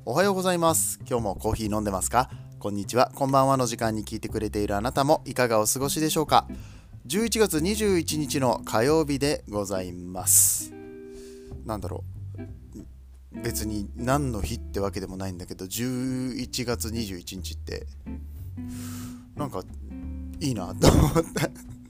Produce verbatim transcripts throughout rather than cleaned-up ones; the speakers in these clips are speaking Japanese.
おはようございます。今日もコーヒー飲んでますか？こんにちは、こんばんはの時間に聞いてくれているあなたもいかがお過ごしでしょうか？じゅういちがつにじゅういちにちの火曜日でございます。なんだろう、別に何の日ってわけでもないんだけど、じゅういちがつにじゅういちにちってなんかいいなと思った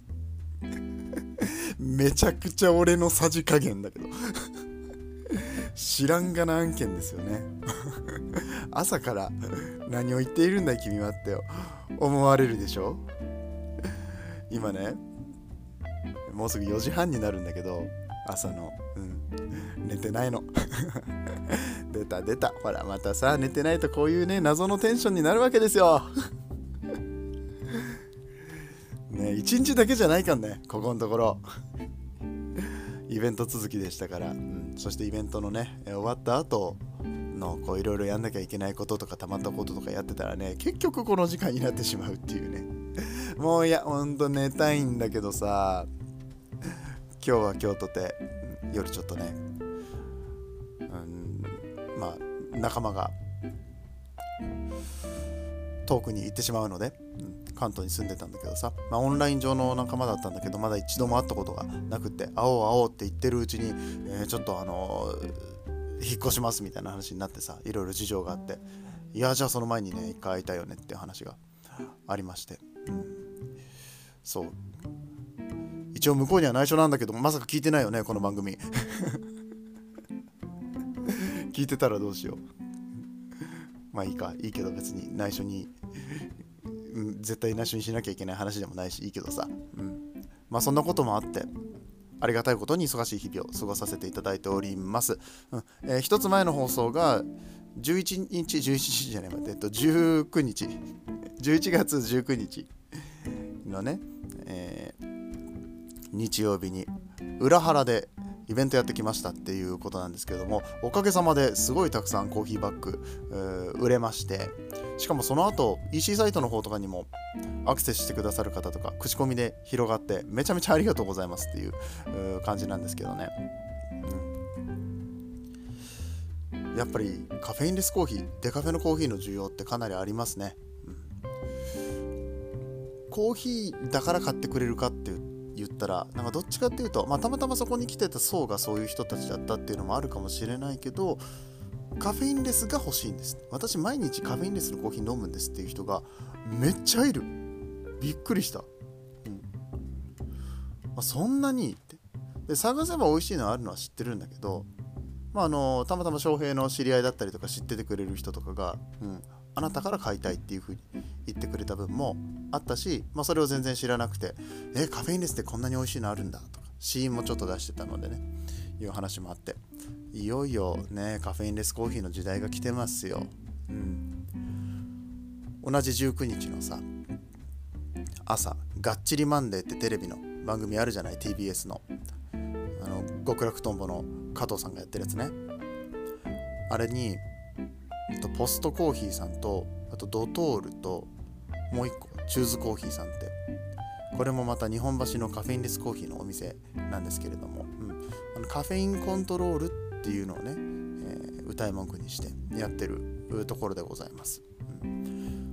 めちゃくちゃ俺のさじ加減だけど知らんがな案件ですよね朝から何を言っているんだい君はって思われるでしょ。今ね、もうすぐよじはんになるんだけど、朝の、うん、寝てないの出た出た、ほらまたさ、寝てないとこういうね謎のテンションになるわけですよね、一日だけじゃないかんね、ここのところイベント続きでしたから、うん、そしてイベントのね終わった後のこういろいろやんなきゃいけないこととかたまったこととかやってたらね、結局この時間になってしまうっていうねもういやほんと寝たいんだけどさ、今日は今日とて夜ちょっとね、うん、まあ仲間が遠くに行ってしまうので、うん、関東に住んでたんだけどさ、まあ、オンライン上の仲間だったんだけど、まだ一度も会ったことがなくって、会おう会おうって言ってるうちに、えー、ちょっとあのー、引っ越しますみたいな話になってさ、いろいろ事情があって、いやじゃあその前にね一回会いたいよねっていう話がありまして、うん、そう一応向こうには内緒なんだけど、まさか聞いてないよねこの番組聞いてたらどうしよう。まあいいか、いいけど別に内緒に、うん、絶対内緒にしなきゃいけない話でもないしいいけどさ、うん、まあそんなこともあってありがたいことに忙しい日々を過ごさせていただいております。うんえー、一つ前の放送がじゅういちにちじゅういちにちじゃない、えっとじゅうくにちじゅういちがつじゅうくにちのね、えー、日曜日に裏原でイベントやってきましたっていうことなんですけれども、おかげさまですごいたくさんコーヒーバッグ、えー、売れまして、しかもその後 イーシー サイトの方とかにもアクセスしてくださる方とか口コミで広がってめちゃめちゃありがとうございますっていう、うー感じなんですけどね、うん、やっぱりカフェインレスコーヒー、デカフェのコーヒーの需要ってかなりありますね、うん、コーヒーだから買ってくれるかっていう言ったらなんかどっちかっていうと、まあ、たまたまそこに来てた層がそういう人たちだったっていうのもあるかもしれないけど、カフェインレスが欲しいんです、私毎日カフェインレスのコーヒー飲むんですっていう人がめっちゃいる。びっくりした、うんまあ、そんなにってで探せば美味しいのあるのは知ってるんだけど、まあ、あのたまたま翔平の知り合いだったりとか知っててくれる人とかが、うん、あなたから買いたいっていう風に言ってくれた分もあったし、まあ、それを全然知らなくて、えカフェインレスってこんなに美味しいのあるんだとか試飲もちょっと出してたのでね、いう話もあって、いよいよねカフェインレスコーヒーの時代が来てますよ、うん、同じじゅうくにちのさ朝がっちりマンデーってテレビの番組あるじゃない、 ティービーエス のあの極楽とんぼの加藤さんがやってるやつね。あれにポストコーヒーさんと、あとドトールともう一個チューズコーヒーさんって、これもまた日本橋のカフェインレスコーヒーのお店なんですけれども、うん、あのカフェインコントロールっていうのをね、えー、歌い文句にしてやってるところでございます、うん、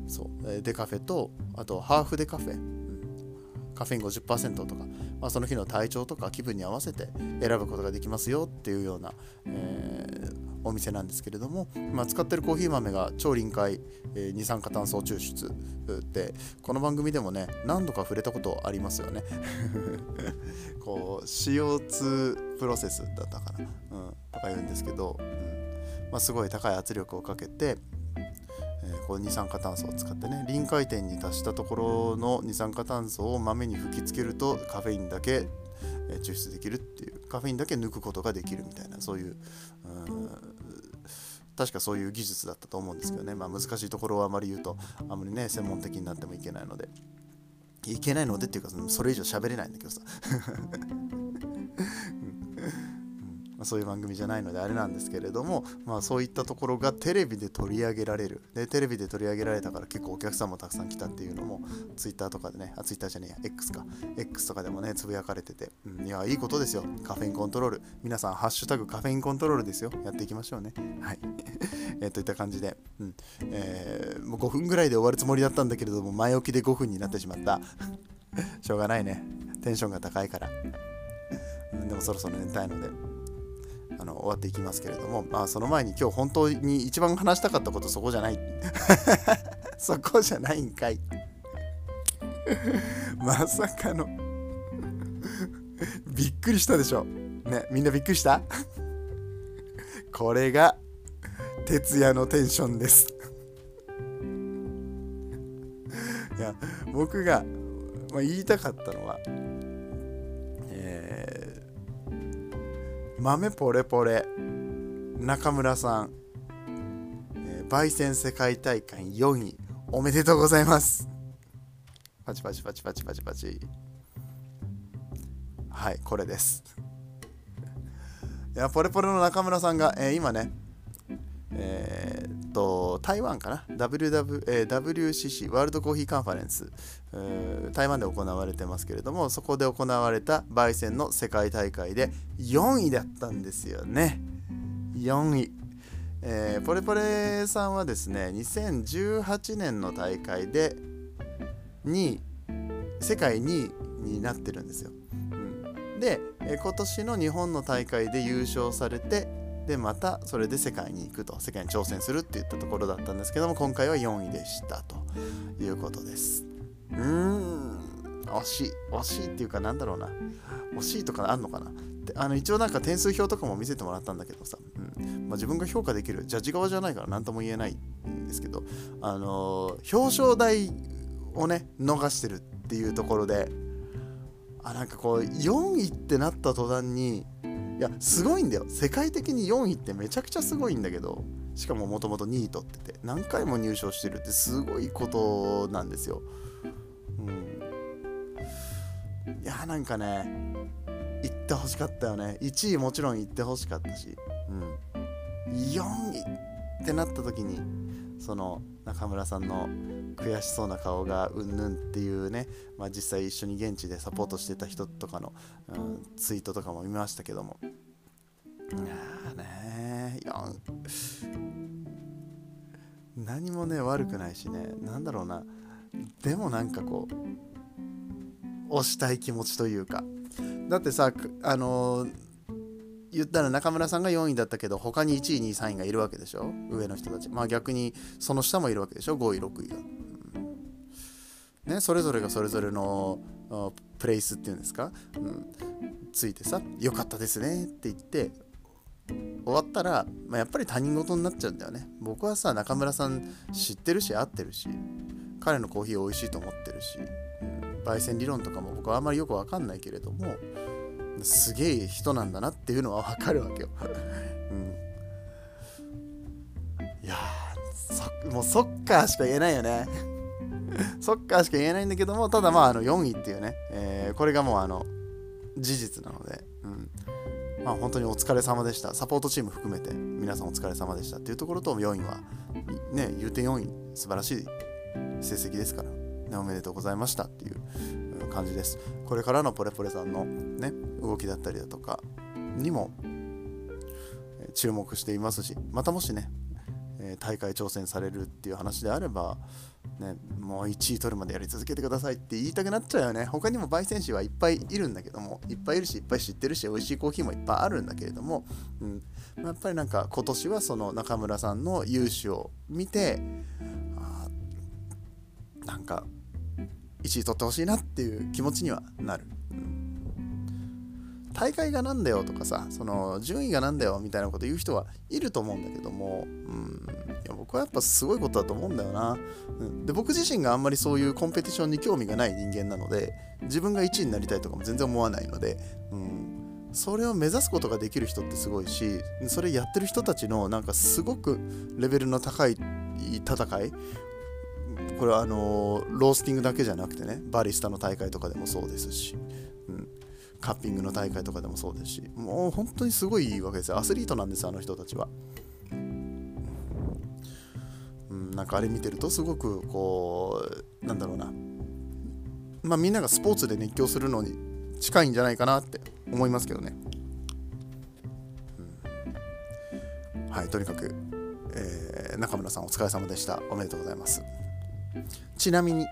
そうデカフェとあとハーフデカフェ、うん、カフェイン ごじゅっパーセント とか、まあ、その日の体調とか気分に合わせて選ぶことができますよっていうような、えーお店なんですけれども、まあ、使ってるコーヒー豆が超臨界、えー、二酸化炭素抽出ってこの番組でもね何度か触れたことありますよねこう シーオーツー プロセスだったかな、うん、とか言うんですけど、うんまあ、すごい高い圧力をかけて、えー、こう二酸化炭素を使ってね臨界点に達したところの二酸化炭素を豆に吹きつけるとカフェインだけ抽出できるっていう、カフェインだけ抜くことができるみたいな、そういう、うん確かそういう技術だったと思うんですけどね、まあ、難しいところはあまり言うとあまりね専門的になってもいけないのでいけないのでっていうかそれ以上喋れないんだけどさそういう番組じゃないのであれなんですけれども、まあ、そういったところがテレビで取り上げられる。でテレビで取り上げられたから結構お客さんもたくさん来たっていうのもツイッターとかでね、あツイッターじゃねえや X か X とかでもねつぶやかれてて、うん、いやいいことですよ。カフェインコントロール、皆さんハッシュタグカフェインコントロールですよ、やっていきましょうね。はいえー、といった感じで、うんえー、もうごふんぐらいで終わるつもりだったんだけれども前置きでごふんになってしまったしょうがないね、テンションが高いから、うん、でもそろそろ寝たいのであの終わっていきますけれども、まあ、その前に今日本当に一番話したかったことそこじゃないそこじゃないんかいまさかのびっくりしたでしょね、みんなびっくりしたこれが徹夜のテンションですいや僕が、まあ、言いたかったのはえー、豆ポレポレ中村さん、えー、焙煎世界大会よんいおめでとうございます。パチパチパチパチパチパチ。はいこれです。いやポレポレの中村さんが、えー、今ねえー、っと台湾かな ダブリューダブリュー、えー、ダブリューシーシー ワールドコーヒーカンファレンス、えー、台湾で行われてますけれども、そこで行われた焙煎の世界大会でよんいだったんですよね。よんい、えー、ポレポレさんはですねにせんじゅうはちねんの大会でにい、世界にいになってるんですよ、うん、で、えー、今年の日本の大会で優勝されて、でまたそれで世界に行くと、世界に挑戦するっていったところだったんですけども、今回はよんいでしたということです。うーん惜しい惜しいっていうかなんだろうな、惜しいとかあんのかなって、あの一応なんか点数表とかも見せてもらったんだけどさ、うんまあ、自分が評価できるジャッジ側じゃないから何とも言えないんですけど、あのー、表彰台をね逃してるっていうところで、あなんかこうよんいってなった途端に、いやすごいんだよ、世界的によんいってめちゃくちゃすごいんだけど、しかももともとにい取ってて何回も入賞してるってすごいことなんですよ、うん、いやなんかね行ってほしかったよね。いちいもちろん行ってほしかったし、うん、よんいってなった時にその中村さんの悔しそうな顔がうんぬんっていうね、まあ、実際一緒に現地でサポートしてた人とかの、うん、ツイートとかも見ましたけども、いやねよん何もね悪くないしね、なんだろうな、でもなんかこう推したい気持ちというか、だってさあのー言ったら中村さんがよんいだったけど他にいちいにいさんいがいるわけでしょ、上の人たち、まあ逆にその下もいるわけでしょ、ごいろくいが、うんね、それぞれがそれぞれのプレイスっていうんですか、うん、ついてさよかったですねって言って終わったら、まあ、やっぱり他人事になっちゃうんだよね。僕はさ中村さん知ってるし会ってるし彼のコーヒー美味しいと思ってるし、うん、焙煎理論とかも僕はあんまりよく分かんないけれどもすげえ人なんだなっていうのは分かるわけよ、うん、いやーそもうそっかーしか言えないよねそっかーしか言えないんだけども、ただまああのよんいっていうね、えー、これがもうあの事実なので、うんまあ、本当にお疲れ様でした。サポートチーム含めて皆さんお疲れ様でしたっていうところと、よんいはね言うてよんい素晴らしい成績ですから、ね、おめでとうございましたっていう感じです。これからのポレポレさんのね動きだったりだとかにも注目していますし、またもしね大会挑戦されるっていう話であれば、ね、もういちい取るまでやり続けてくださいって言いたくなっちゃうよね。他にも焙煎士はいっぱいいるんだけども、いっぱいいるしいっぱい知ってるし美味しいコーヒーもいっぱいあるんだけれども、うん、やっぱりなんか今年はその中村さんの雄姿を見て、あなんかいちい取ってほしいなっていう気持ちにはなる、うん、大会がなんだよとかさ、その順位がなんだよみたいなこと言う人はいると思うんだけども、うん、いや僕はやっぱすごいことだと思うんだよな、うん、で僕自身があんまりそういうコンペティションに興味がない人間なので、自分がいちいになりたいとかも全然思わないので、うん、それを目指すことができる人ってすごいし、それやってる人たちのなんかすごくレベルの高い戦い、これはあのー、ロースティングだけじゃなくてね、バリスタの大会とかでもそうですし、うん、 カッピングの大会とかでもそうですし、もう本当にすごいわけですよ。アスリートなんですよ、あの人たちは。うん、なんかあれ見てるとすごくこうなんだろうな、まあみんながスポーツで熱狂するのに近いんじゃないかなって思いますけどね。うん、はい、とにかく、えー、中村さんお疲れ様でした。おめでとうございます。ちなみに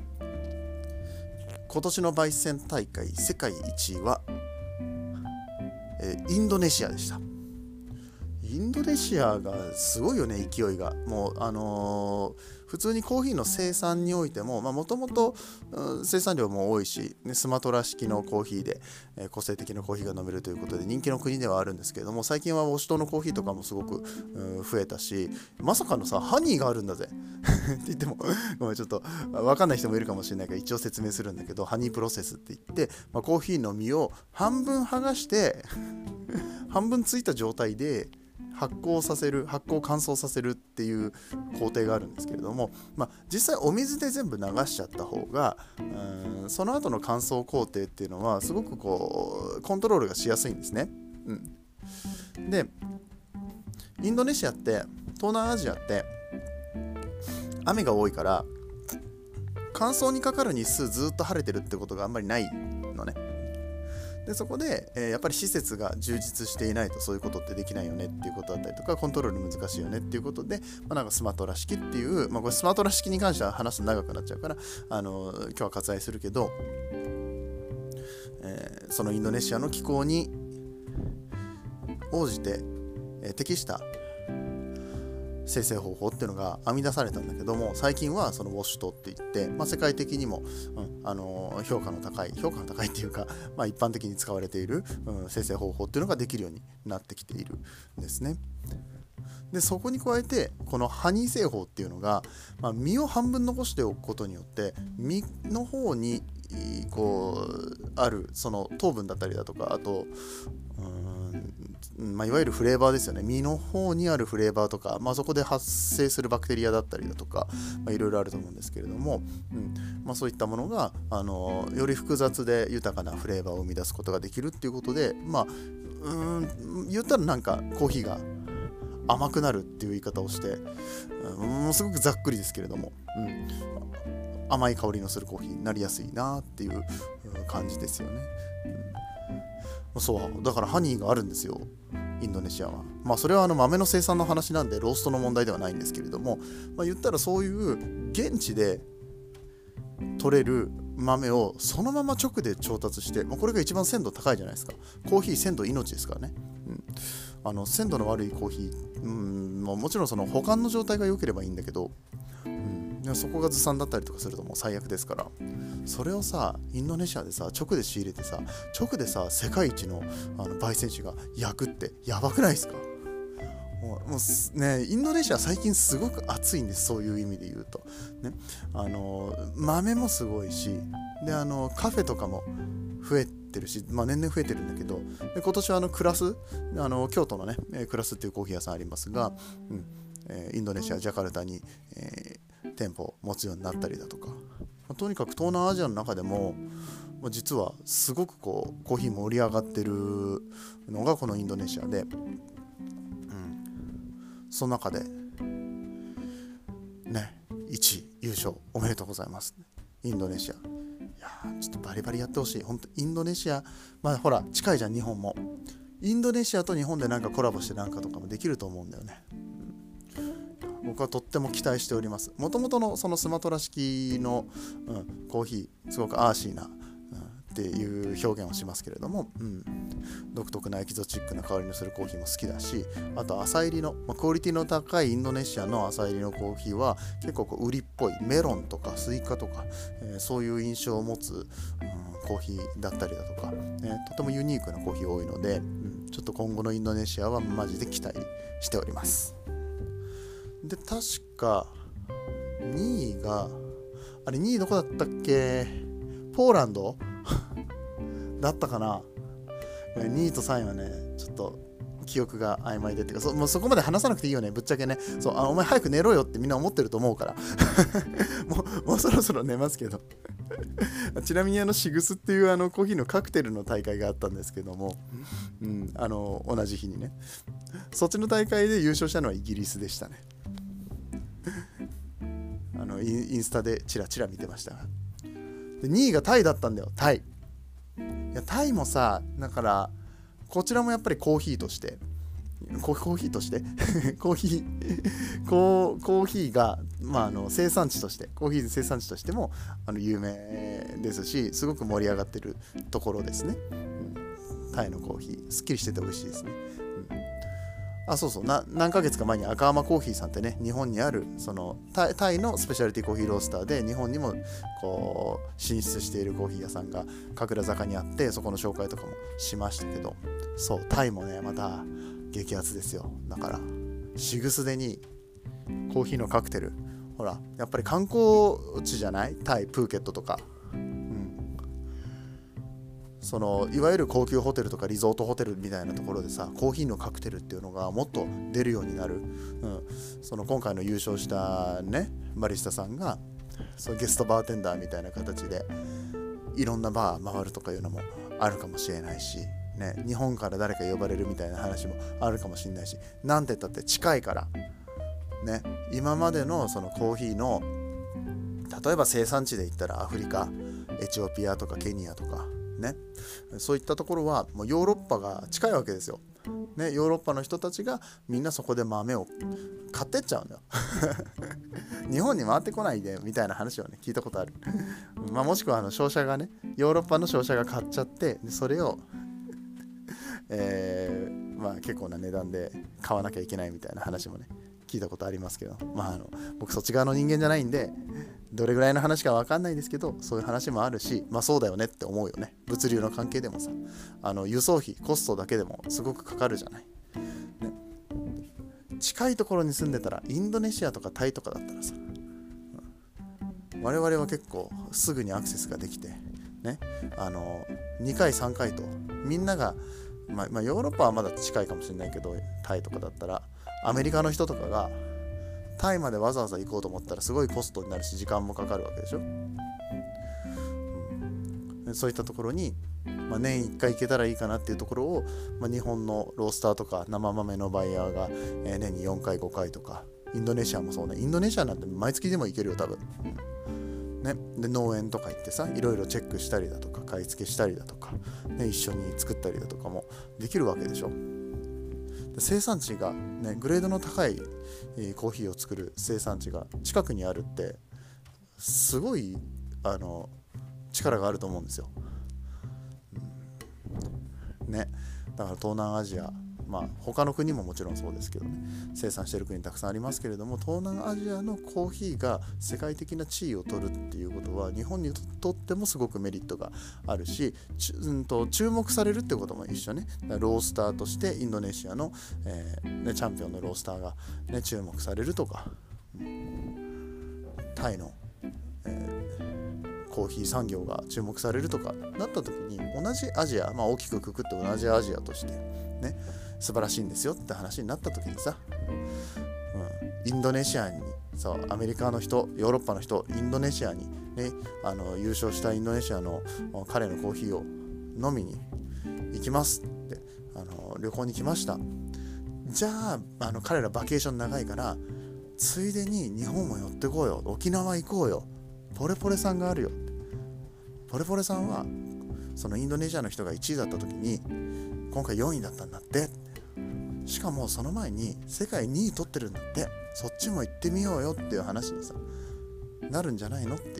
今年の焙煎大会世界一位は、えー、インドネシアでした。インドネシアがすごいよね、勢いが。もうあのー、普通にコーヒーの生産においてももともと生産量も多いし、ね、スマトラ式のコーヒーで、えー、個性的なコーヒーが飲めるということで人気の国ではあるんですけれども、最近はウォシュ島のコーヒーとかもすごく、うん、増えたし、まさかのさハニーがあるんだぜって言ってもごめん、ちょっと分かんない人もいるかもしれないから一応説明するんだけど、ハニープロセスって言って、まあ、コーヒーの実を半分剥がして半分ついた状態で発酵させる、発酵乾燥させるっていう工程があるんですけれども、まあ、実際お水で全部流しちゃった方が、うん、その後の乾燥工程っていうのはすごくこうコントロールがしやすいんですね。うん、でインドネシアって東南アジアって雨が多いから乾燥にかかる日数ずっと晴れてるってことがあんまりないのね。でそこで、えー、やっぱり施設が充実していないとそういうことってできないよねっていうことだったりとか、コントロール難しいよねっていうことで、まあ、なんかスマトラ式っていう、まあ、これスマトラ式に関しては話すと長くなっちゃうから、あのー、今日は割愛するけど、えー、そのインドネシアの気候に応じて、えー、適した生成方法っていうのが編み出されたんだけども、最近はそのウォシュトって言って、まあ、世界的にも、うんあのー、評価の高い評価の高いっていうか、まあ、一般的に使われている、うん、生成方法っていうのができるようになってきているんですね。でそこに加えてこのハニー製法っていうのが、まあ、実を半分残しておくことによって実の方にこうあるその糖分だったりだとか、あとうーん、まあ、いわゆるフレーバーですよね。実の方にあるフレーバーとか、まあ、そこで発生するバクテリアだったりだとか、まあ、いろいろあると思うんですけれども、うんまあ、そういったものがあのより複雑で豊かなフレーバーを生み出すことができるっていうことで、まあうーん言ったらなんかコーヒーが甘くなるっていう言い方をして、うん、もうすごくざっくりですけれども、うん、甘い香りのするコーヒーになりやすいなっていう感じですよね。うん、そうだからハニーがあるんですよ、インドネシアは。まあそれはあの豆の生産の話なんでローストの問題ではないんですけれども、まあ、言ったらそういう現地で取れる豆をそのまま直で調達して、まあ、これが一番鮮度高いじゃないですか。コーヒー鮮度命ですからね。うん、あの鮮度の悪いコーヒー、うん、もちろんその保管の状態が良ければいいんだけど、うん、そこがずさんだったりとかするともう最悪ですから、それをさインドネシアでさ直で仕入れてさ直でさ世界一のあの焙煎士が焼くってやばくないですか？もうもうね、インドネシア最近すごく暑いんです。そういう意味で言うと、ね、あの豆もすごいし、であのカフェとかも増えてるし、まあ、年々増えてるんだけど、で今年はあのクラスあの京都のねクラスっていうコーヒー屋さんありますが、うんえー、インドネシアジャカルタに、えー、店舗を持つようになったりだとか、まあ、とにかく東南アジアの中でもまあ、実はすごくこうコーヒー盛り上がってるのがこのインドネシアで、その中でねいちい優勝おめでとうございます。インドネシア、いやちょっとバリバリやってほしい。本当インドネシア、まあほら近いじゃん日本も。インドネシアと日本でなんかコラボしてなんかとかもできると思うんだよね。うん、僕はとっても期待しております。もともとのそのスマトラ式の、うん、コーヒーすごくアーシーな、うん、っていう表現をしますけれども、うん、独特なエキゾチックな香りのするコーヒーも好きだし、あと浅入りの、まあ、クオリティの高いインドネシアの浅入りのコーヒーは結構こう売りっぽいメロンとかスイカとか、えー、そういう印象を持つ、うん、コーヒーだったりだとか、えー、とてもユニークなコーヒー多いので、うん、ちょっと今後のインドネシアはマジで期待しております。で確かにいがあれにいどこだったっけ、ポーランドだったかな。にいとさんいはねちょっと記憶が曖昧でっていうか、そもうそこまで話さなくていいよね、ぶっちゃけね。そう、あお前早く寝ろよってみんな思ってると思うからもうもうそろそろ寝ますけどちなみにあのシグスっていうあのコーヒーのカクテルの大会があったんですけども、うん、あの同じ日にね、そっちの大会で優勝したのはイギリスでしたねあのインスタでチラチラ見てましたが、でにいがタイだったんだよ。タイ、いやタイもさ、だからこちらもやっぱりコーヒーとしてコーヒーとしてコーヒーコーコーヒーが、まあ、あの生産地としてコーヒー生産地としてもあの有名ですし、すごく盛り上がってるところですね、うん、タイのコーヒーすっきりしてて美味しいですね、うん、あそうそうな何ヶ月か前に赤浜コーヒーさんってね、日本にあるその タイ、タイのスペシャリティコーヒーロースターで日本にもこう進出しているコーヒー屋さんが神楽坂にあって、そこの紹介とかもしましたけど、そうタイもねまた激アツですよ。だからシグスでにコーヒーのカクテル、ほらやっぱり観光地じゃない、タイプーケットとか、うん、そのいわゆる高級ホテルとかリゾートホテルみたいなところでさ、コーヒーのカクテルっていうのがもっと出るようになる、うん、その今回の優勝したねバリスタさんがそのゲストバーテンダーみたいな形でいろんなバー回るとかいうのもあるかもしれないしね、日本から誰か呼ばれるみたいな話もあるかもしれないし、なんて言ったって近いからね。今までのそのコーヒーの例えば生産地で言ったらアフリカ、エチオピアとかケニアとかね、そういったところはもうヨーロッパが近いわけですよ、ね、ヨーロッパの人たちがみんなそこで豆を買ってっちゃうんだよ日本に回ってこないでみたいな話をね聞いたことあるまあもしくはあの商社がね、ヨーロッパの商社が買っちゃって、でそれをえー、まあ結構な値段で買わなきゃいけないみたいな話もね聞いたことありますけど、まああの僕そっち側の人間じゃないんでどれぐらいの話か分かんないですけど、そういう話もあるし、まあそうだよねって思うよね。物流の関係でもさ、あの輸送費コストだけでもすごくかかるじゃない、ね、近いところに住んでたらインドネシアとかタイとかだったらさ、うん、我々は結構すぐにアクセスができてね、あのにかいさんかいとみんながまあ、まあヨーロッパはまだ近いかもしれないけど、タイとかだったらアメリカの人とかがタイまでわざわざ行こうと思ったらすごいコストになるし時間もかかるわけでしょ、うん、そういったところに、まあ、年いっかい行けたらいいかなっていうところを、まあ、日本のロースターとか生豆のバイヤーが、えー、年によんかいごかいとか、インドネシアもそうね、インドネシアなんて毎月でも行けるよ多分、ね、で農園とか行ってさ、いろいろチェックしたりだとか買い付けしたりだとか、ね、一緒に作ったりだとかもできるわけでしょ。で生産地が、ね、グレードの高い、えー、コーヒーを作る生産地が近くにあるってすごいあの力があると思うんですよ、うん、ね、だから東南アジア、まあ他の国ももちろんそうですけどね、生産している国たくさんありますけれども、東南アジアのコーヒーが世界的な地位を取るっていうことは日本にとってもすごくメリットがあるし、ち、うんと、注目されるってことも一緒ね。ロースターとしてインドネシアの、えーね、チャンピオンのロースターが、ね、注目されるとか、うん、タイの、えー、コーヒー産業が注目されるとかなった時に、同じアジア、まあ大きくくくって同じアジアとしてね素晴らしいんですよって話になった時にさ、うん、インドネシアにそうアメリカの人、ヨーロッパの人、インドネシアに、ね、あの優勝したインドネシアの彼のコーヒーを飲みに行きますってあの旅行に来ました。じゃあ、あの彼らバケーション長いからついでに日本も寄ってこうよ、沖縄行こうよ、ポレポレさんがあるよ。ポレポレさんはそのインドネシアの人がいちいだった時に今回よんいだったんだって。しかもその前に世界にい取ってるんだって。そっちも行ってみようよっていう話にさなるんじゃないのっていう、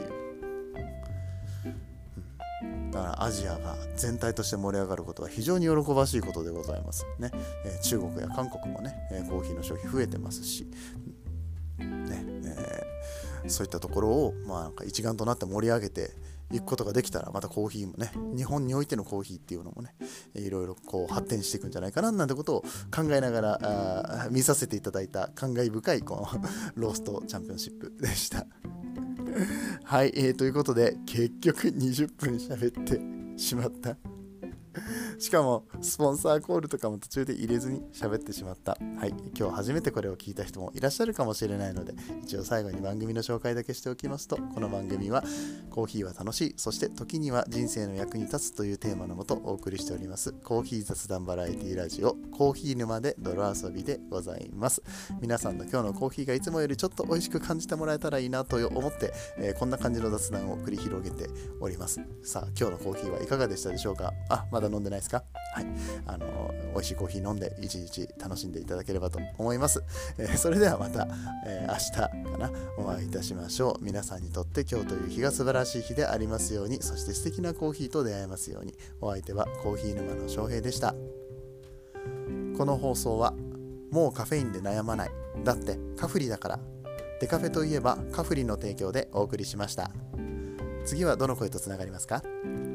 うん、だからアジアが全体として盛り上がることは非常に喜ばしいことでございますね、えー、中国や韓国もね、えー、コーヒーの消費増えてますし、ねえー、そういったところを、まあ、なんか一丸となって盛り上げて行くことができたら、またコーヒーもね、日本においてのコーヒーっていうのもね、いろいろこう発展していくんじゃないかななんてことを考えながらあ見させていただいた感慨深いこのローストチャンピオンシップでしたはい、えー、ということで結局にじゅっぷん喋ってしまったしかもスポンサーコールとかも途中で入れずに喋ってしまった。はい、今日初めてこれを聞いた人もいらっしゃるかもしれないので、一応最後に番組の紹介だけしておきますと、この番組はコーヒーは楽しい、そして時には人生の役に立つというテーマのもとお送りしておりますコーヒー雑談バラエティラジオ、コーヒー沼で泥遊びでございます。皆さんの今日のコーヒーがいつもよりちょっと美味しく感じてもらえたらいいなと思って、えー、こんな感じの雑談を繰り広げております。さあ、今日のコーヒーはいかがでしたでしょうか。あ、まだ飲んでないですか。はい、あのー、美味しいコーヒー飲んで一日楽しんでいただければと思います。えー、それではまた、えー、明日かなお会いいたしましょう。皆さんにとって今日という日が素晴らしい日でありますように、そして素敵なコーヒーと出会えますように。お相手はコーヒー沼の翔平でした。この放送はもうカフェインで悩まない、だってカフリだから、デカフェといえばカフリの提供でお送りしました。次はどの声とつながりますか？